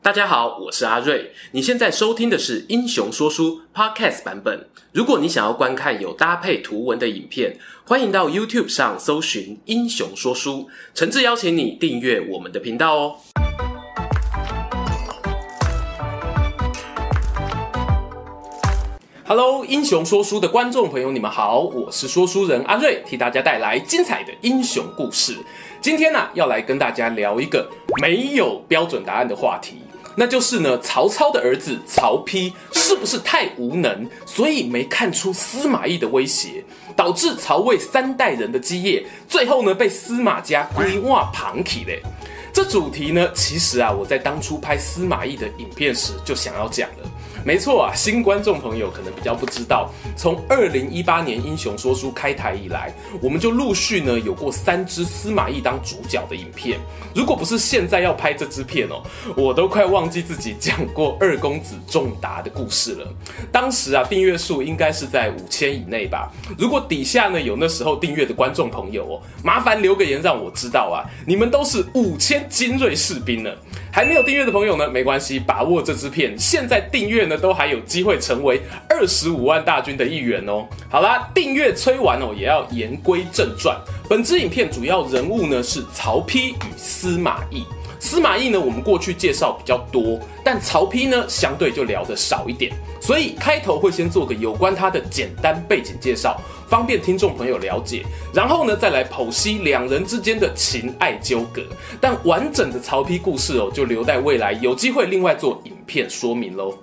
大家好，我是阿瑞。你现在收听的是英雄说书 Podcast 版本。如果你想要观看有搭配图文的影片，欢迎到 YouTube 上搜寻英雄说书，诚挚邀请你订阅我们的频道哦。Hello， 英雄说书的观众朋友，你们好，我是说书人阿瑞，替大家带来精彩的英雄故事。今天要来跟大家聊一个没有标准答案的话题。那就是呢，曹操的儿子曹丕是不是太无能，所以没看出司马懿的威胁，导致曹魏3代人的基业，最后呢被司马家规划旁起嘞。这主题呢，其实我在当初拍司马懿的影片时就想要讲了。没错新观众朋友可能比较不知道，从2018年英雄说书开台以来，我们就陆续呢有过3支司马懿当主角的影片。如果不是现在要拍这支片我都快忘记自己讲过二公子仲达的故事了。当时订阅数应该是在5000以内吧。如果底下呢有那时候订阅的观众朋友麻烦留个言让我知道你们都是5000精锐士兵呢。还没有订阅的朋友呢，没关系，把握这支片，现在订阅呢都还有机会成为25万大军的一员哦。好啦，订阅催完也要言归正传。本支影片主要人物呢是曹丕与司马懿。司马懿呢我们过去介绍比较多，但曹丕呢相对就聊得少一点，所以开头会先做个有关他的简单背景介绍，方便听众朋友了解，然后呢再来剖析两人之间的情爱纠葛。但完整的曹丕故事就留待未来有机会另外做影片说明咯。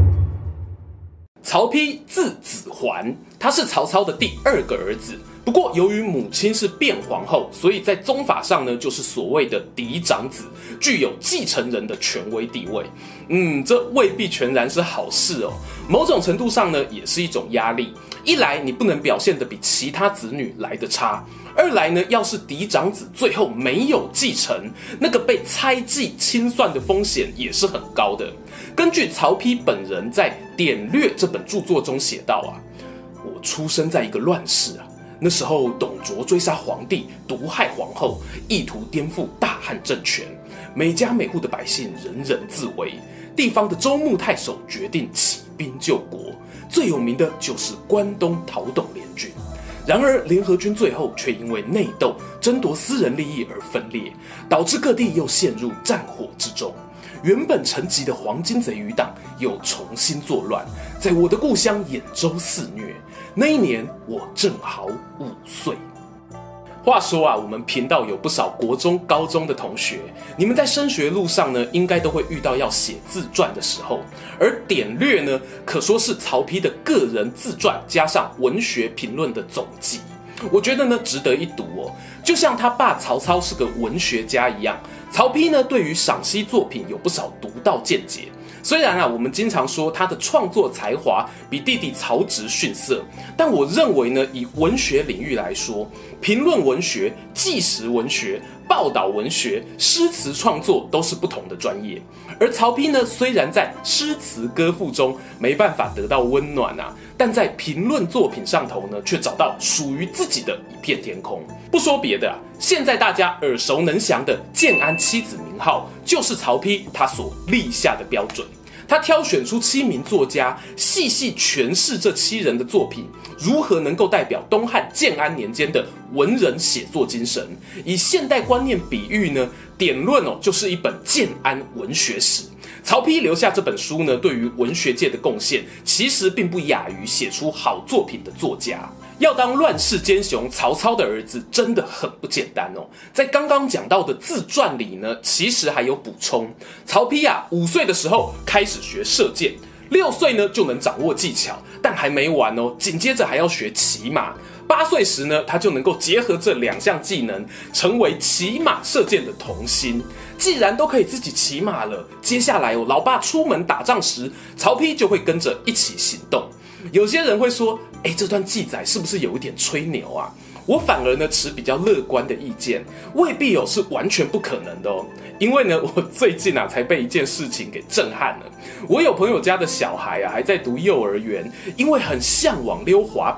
曹丕字子桓，他是曹操的第2个儿子。不过由于母亲是卞皇后，所以在宗法上呢就是所谓的嫡长子，具有继承人的权威地位。这未必全然是好事某种程度上呢也是一种压力。一来你不能表现得比其他子女来得差，二来呢要是嫡长子最后没有继承，那个被猜忌清算的风险也是很高的。根据曹丕本人在《典略》这本著作中写道我出生在一个乱世那时候董卓追杀皇帝，毒害皇后，意图颠覆大汉政权，每家每户的百姓人人自危，地方的州牧太守决定起兵救国，最有名的就是关东讨董联军。然而联合军最后却因为内斗争夺私人利益而分裂，导致各地又陷入战火之中。原本沉寂的黄巾贼余党又重新作乱，在我的故乡兖州肆虐。那一年我正好5岁。话说我们频道有不少国中、高中的同学，你们在升学路上呢，应该都会遇到要写自传的时候。而《典略》呢，可说是曹丕的个人自传加上文学评论的总集。我觉得呢，值得一读就像他爸曹操是个文学家一样，曹丕呢，对于赏析作品有不少独到见解。虽然我们经常说他的创作才华比弟弟曹植逊色，但我认为呢，以文学领域来说，评论文学、纪实文学、报道文学、诗词创作都是不同的专业。而曹丕呢，虽然在诗词歌赋中没办法得到温暖但在评论作品上头呢，却找到属于自己的一片天空。不说别的现在大家耳熟能详的建安七子名号，就是曹丕他所立下的标准。他挑选出7名作家，细细诠释这7人的作品如何能够代表东汉建安年间的文人写作精神。以现代观念比喻呢，《典论》就是一本建安文学史。曹丕留下这本书呢，对于文学界的贡献其实并不亚于写出好作品的作家。要当乱世奸雄曹操的儿子真的很不简单在刚刚讲到的自传里呢，其实还有补充。曹丕5岁的时候开始学射箭，6岁呢就能掌握技巧，但还没完紧接着还要学骑马。8岁时呢，他就能够结合这2项技能，成为骑马射箭的童星。既然都可以自己骑马了，接下来老爸出门打仗时，曹丕就会跟着一起行动。有些人会说，这段记载是不是有一点吹牛我反而呢持比较乐观的意见，未必是完全不可能的因为呢，我最近才被一件事情给震撼了。我有朋友家的小孩还在读幼儿园，因为很向往溜滑板，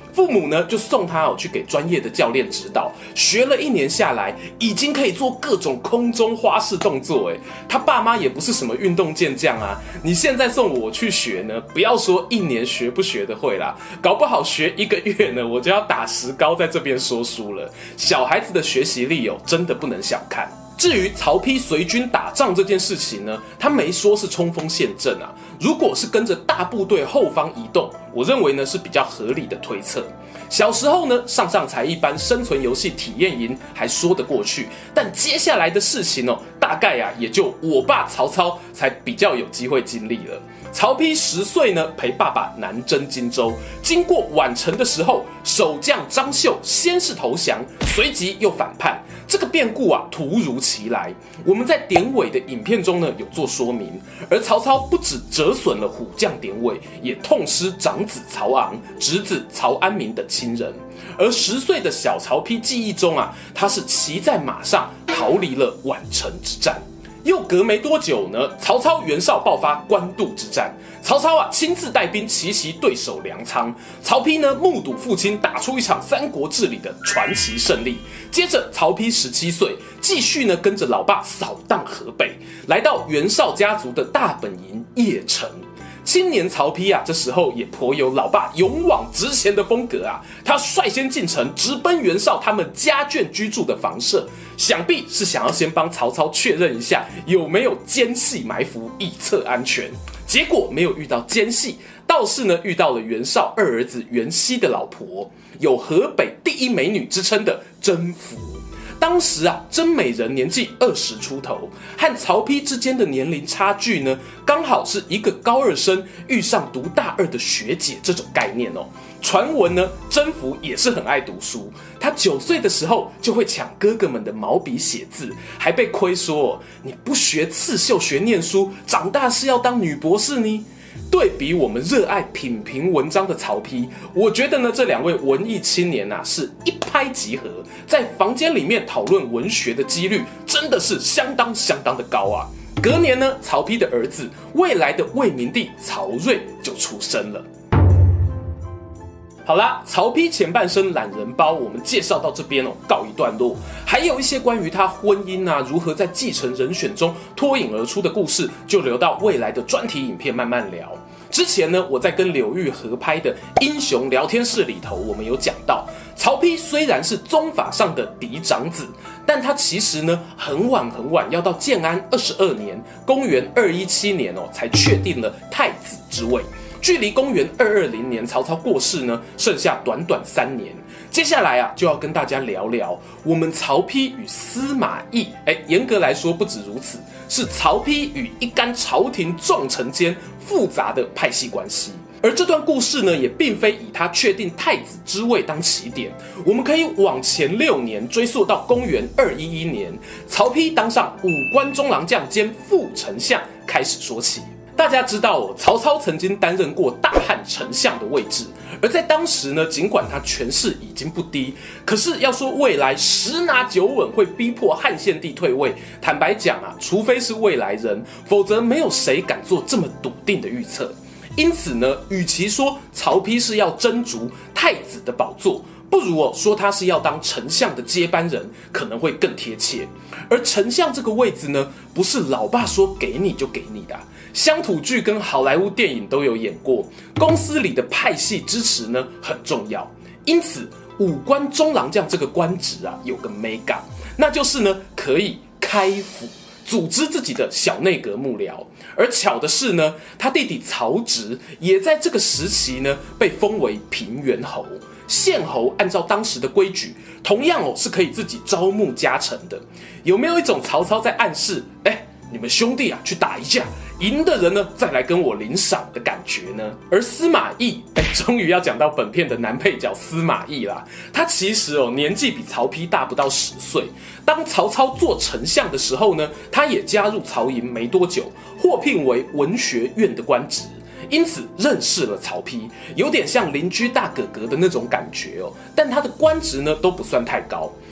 父母呢就送他去给专业的教练指导，学了1年下来，已经可以做各种空中花式动作。他爸妈也不是什么运动健将啊，你现在送我去学呢，不要说1年学不学得会啦，搞不好学1个月呢，我就要打石膏在这边说书了。小孩子的学习力真的不能小看。至于曹丕随军打仗这件事情呢，他没说是冲锋陷阵啊，如果是跟着大部队后方移动，我认为呢是比较合理的推测。小时候呢上才艺班生存游戏体验营还说得过去，但接下来的事情大概也就我爸曹操才比较有机会经历了。曹丕10岁呢陪爸爸南征荆州，经过宛城的时候，守将张绣先是投降，随即又反叛，这个变故突如其来。我们在典韦的影片中呢有做说明，而曹操不只折损了虎将典韦，也痛失长子曹昂、侄子曹安民等亲人。而10岁的小曹丕记忆中他是骑在马上逃离了宛城之战。又隔没多久呢，曹操袁绍爆发官渡之战，曹操亲自带兵奇袭对手粮仓，曹丕呢目睹父亲打出一场三国志里的传奇胜利。接着曹丕17岁，继续呢跟着老爸扫荡河北，来到袁绍家族的大本营邺城。青年曹丕这时候也颇有老爸勇往直前的风格他率先进城，直奔袁绍他们家眷居住的房舍，想必是想要先帮曹操确认一下有没有奸细埋伏，以策安全。结果没有遇到奸细，倒是呢遇到了袁绍2儿子袁熙的老婆，有河北第1美女之称的甄宓。当时甄美人年纪20出头，和曹丕之间的年龄差距呢，刚好是一个高2生遇上读大2的学姐这种概念传闻呢，甄宓也是很爱读书，她9岁的时候就会抢哥哥们的毛笔写字，还被亏说你不学刺绣学念书，长大是要当女博士呢。对比我们热爱品评文章的曹丕，我觉得呢这2位文艺青年是一拍即合，在房间里面讨论文学的几率真的是相当的高隔年呢，曹丕的儿子未来的魏明帝曹睿就出生了。好啦，曹丕前半生懒人包我们介绍到这边告一段落，还有一些关于他婚姻如何在继承人选中脱颖而出的故事，就留到未来的专题影片慢慢聊。之前呢，我在跟柳玉合拍的英雄聊天室里头，我们有讲到，曹丕虽然是宗法上的嫡长子，但他其实呢很晚要到建安22年，公元217年才确定了太子之位。距离公元220年曹操过世呢，剩下短3年。接下来就要跟大家聊聊我们曹丕与司马懿。严格来说不止如此，是曹丕与一干朝廷重臣间复杂的派系关系。而这段故事呢，也并非以他确定太子之位当起点，我们可以往前6年追溯到公元211年，曹丕当上武官中郎将兼副丞相开始说起。大家知道曹操曾经担任过大汉丞相的位置，而在当时呢，尽管他权势已经不低，可是要说未来10拿9稳会逼迫汉献帝退位，坦白讲除非是未来人，否则没有谁敢做这么笃定的预测。因此呢，与其说曹丕是要争逐太子的宝座，不如说他是要当丞相的接班人，可能会更贴切。而丞相这个位置呢，不是老爸说给你就给你的乡土剧跟好莱坞电影都有演过，公司里的派系支持呢很重要。因此武官中郎将这个官职有个美感，那就是呢可以开府，组织自己的小内阁幕僚。而巧的是呢，他弟弟曹植也在这个时期呢被封为平原侯。县侯按照当时的规矩，同样是可以自己招募家臣的。有没有一种曹操在暗示，你们兄弟去打一架，赢的人呢再来跟我领赏的感觉呢？而司马懿，终于要讲到本片的男配角司马懿啦。他其实年纪比曹丕大不到10岁。当曹操做丞相的时候呢，他也加入曹营没多久，获聘为文学院的官职。因此认识了曹丕，有点像邻居大哥哥的那种感觉但他的官职呢都不算太高。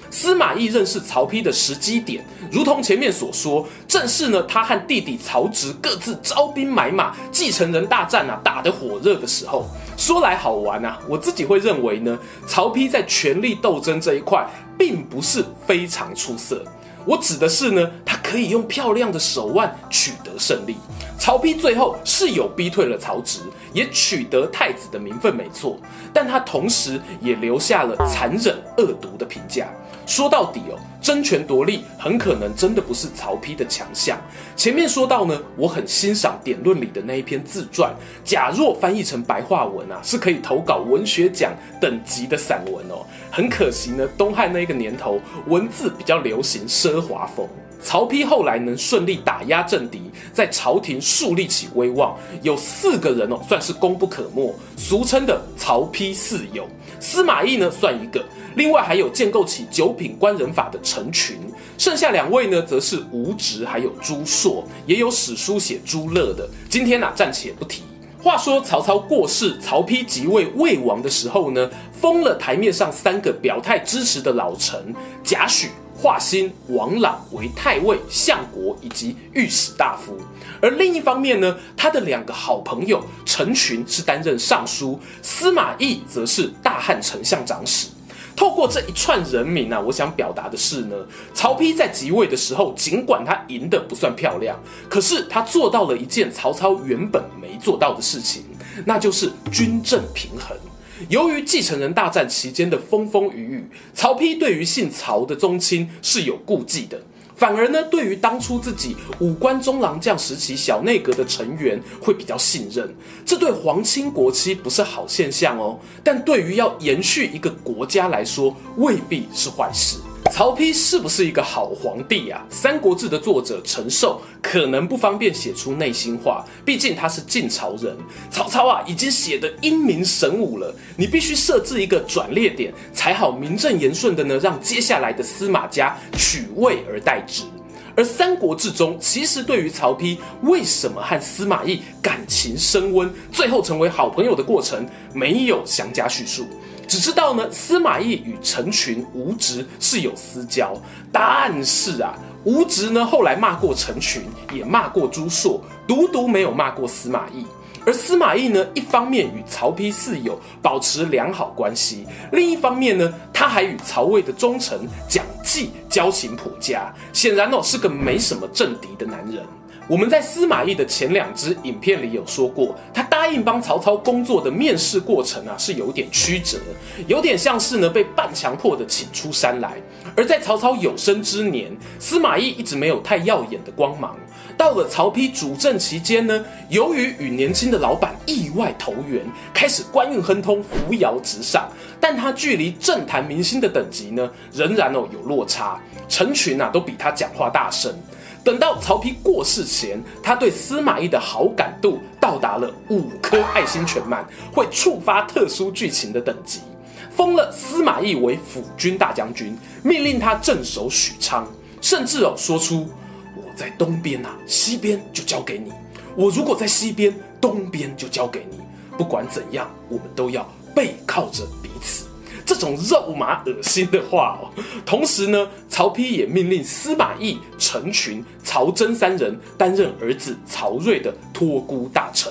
司马懿认识曹丕的时机点，如同前面所说，正是呢他和弟弟曹植各自招兵买马，继承人大战打得火热的时候。说来好玩我自己会认为呢，曹丕在权力斗争这一块并不是非常出色。我指的是呢，他可以用漂亮的手腕取得胜利。曹丕最后是有逼退了曹植，也取得太子的名分没错，但他同时也留下了残忍恶毒的评价。说到底争权夺利很可能真的不是曹丕的强项。前面说到呢，我很欣赏《典论》里的那一篇自传，假若翻译成白话文是可以投稿文学奖等级的散文很可惜呢，东汉那个年头文字比较流行奢华风。曹丕后来能顺利打压政敌，在朝廷树立起威望，有4个人算是功不可没，俗称的曹丕四友。司马懿呢算一个，另外还有建构起9品官人法的陈群，剩下2位呢则是吴植还有朱硕，也有史书写朱勒的，今天暂且不提。话说曹操过世，曹丕即位魏王的时候呢，封了台面上3个表态支持的老臣贾诩、华歆、王朗为太尉、相国以及御史大夫。而另一方面呢，他的2个好朋友陈群是担任尚书，司马懿则是大汉丞相长史。透过这一串人名我想表达的是呢，曹丕在即位的时候，尽管他赢得不算漂亮，可是他做到了一件曹操原本没做到的事情，那就是军政平衡。由于继承人大战期间的风风雨雨，曹丕对于姓曹的宗亲是有顾忌的，反而呢，对于当初自己武官中郎将时期小内阁的成员会比较信任，这对皇亲国戚不是好现象但对于要延续一个国家来说，未必是坏事。曹丕是不是一个好皇帝《三国志》的作者陈寿可能不方便写出内心话，毕竟他是晋朝人。曹操已经写得英明神武了，你必须设置一个转捩点，才好名正言顺的呢，让接下来的司马家取位而代之。而《三国志》中其实对于曹丕为什么和司马懿感情升温，最后成为好朋友的过程没有详加叙述，只知道呢，司马懿与陈群、吴植是有私交，但是吴植呢后来骂过陈群，也骂过朱硕，独没有骂过司马懿。而司马懿呢，一方面与曹丕四友保持良好关系，另一方面呢，他还与曹魏的忠臣蒋济交情颇佳，显然是个没什么政敌的男人。我们在司马懿的前2支影片里有说过，他答应帮曹操工作的面试过程是有点曲折，有点像是呢被半强迫的请出山来。而在曹操有生之年，司马懿一直没有太耀眼的光芒。到了曹丕主政期间呢，由于与年轻的老板意外投缘，开始官运亨通，扶摇直上，但他距离政坛明星的等级呢，仍然有落差。陈群都比他讲话大声。等到曹丕过世前，他对司马懿的好感度到达了5颗爱心全满，会触发特殊剧情的等级，封了司马懿为辅军大将军，命令他镇守许昌，甚至说出我在东边西边就交给你，我如果在西边，东边就交给你，不管怎样，我们都要背靠着彼此。这种肉麻恶心的话同时呢，曹丕也命令司马懿、陈群、曹真3人担任儿子曹睿的托孤大臣。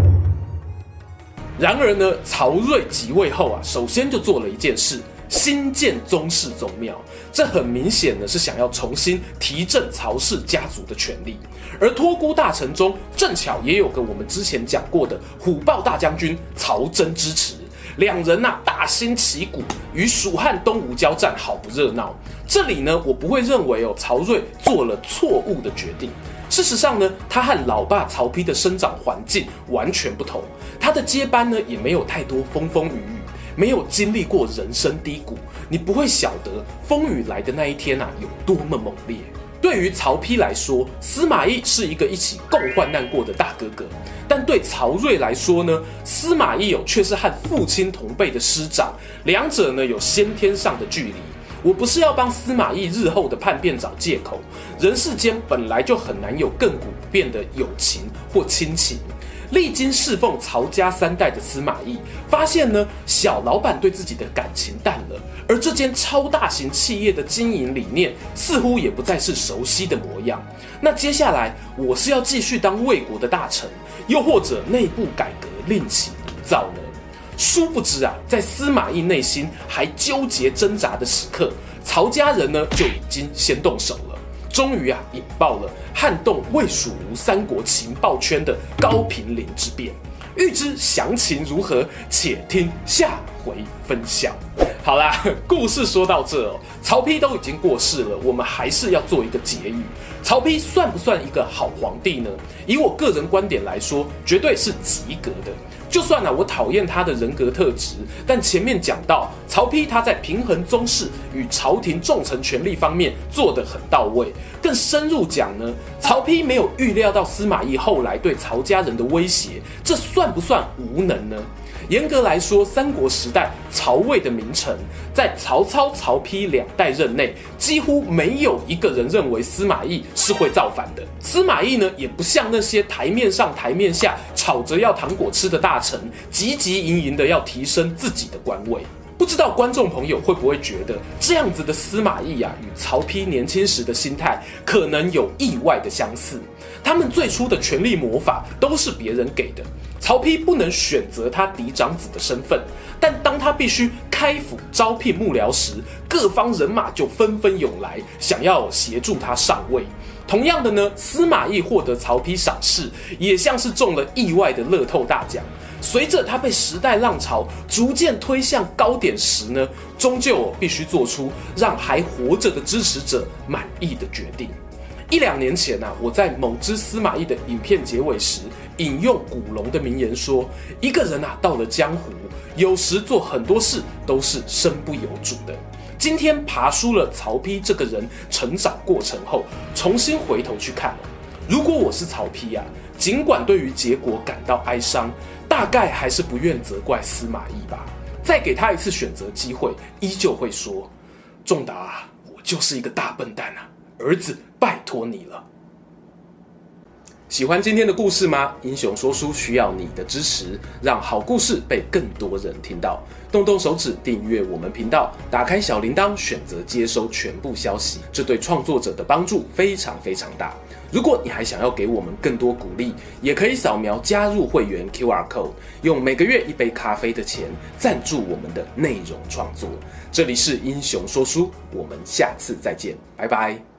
然而呢，曹睿即位后首先就做了一件事，新建宗室宗庙，这很明显呢是想要重新提振曹氏家族的权力。而托孤大臣中，正巧也有个我们之前讲过的虎豹大将军曹真支持。2人大兴旗鼓，与蜀汉东吴交战，好不热闹。这里呢，我不会认为曹睿做了错误的决定。事实上呢，他和老爸曹丕的生长环境完全不同，他的接班呢也没有太多风风雨雨，没有经历过人生低谷，你不会晓得风雨来的那一天有多么猛烈。对于曹丕来说，司马懿是一个一起共患难过的大哥哥，但对曹睿来说呢，司马懿却是和父亲同辈的师长，两者呢有先天上的距离。我不是要帮司马懿日后的叛变找借口，人世间本来就很难有亘古不变的友情或亲情。 历经侍奉曹家3代的司马懿，发现呢，小老板对自己的感情淡了，而这间超大型企业的经营理念似乎也不再是熟悉的模样。那接下来我是要继续当魏国的大臣，又或者内部改革另起炉灶呢？殊不知啊，在司马懿内心还纠结挣扎的时刻，曹家人呢就已经先动手了。终于啊，引爆了撼动魏蜀吴三国情报圈的高平陵之变。欲知详情如何，且听下回分晓。好啦，故事说到这哦，曹丕都已经过世了，我们还是要做一个结语。曹丕算不算一个好皇帝呢？以我个人观点来说，绝对是及格的。就算我讨厌他的人格特质，但前面讲到曹丕他在平衡宗室与朝廷重臣权力方面做得很到位。更深入讲呢，曹丕没有预料到司马懿后来对曹家人的威胁，这算不算无能呢？严格来说，三国时代曹魏的名臣，在曹操、曹丕2代任内，几乎没有一个人认为司马懿是会造反的。司马懿呢，也不像那些台面上台面下吵着要糖果吃的大臣，汲汲营营的要提升自己的官位。不知道观众朋友会不会觉得，这样子的司马懿啊，与曹丕年轻时的心态可能有意外的相似。他们最初的权力魔法都是别人给的。曹丕不能选择他嫡长子的身份，但当他必须开府招聘幕僚时，各方人马就纷纷涌来，想要协助他上位。同样的呢，司马懿获得曹丕赏识，也像是中了意外的乐透大奖。随着他被时代浪潮逐渐推向高点时呢，终究必须做出让还活着的支持者满意的决定。1-2年前我在某支司马懿的影片结尾时，引用古龙的名言说：一个人到了江湖，有时做很多事都是身不由主的。今天爬梳了曹丕这个人成长过程后，重新回头去看如果我是曹丕尽管对于结果感到哀伤，大概还是不愿责怪司马懿吧。再给他一次选择机会，依旧会说：仲达我就是一个大笨蛋儿子拜托你了。喜欢今天的故事吗？英雄说书需要你的支持，让好故事被更多人听到。动动手指订阅我们频道，打开小铃铛，选择接收全部消息，这对创作者的帮助非常非常大。如果你还想要给我们更多鼓励，也可以扫描加入会员 QR Code， 用每个月1杯咖啡的钱赞助我们的内容创作。这里是英雄说书，我们下次再见，拜拜。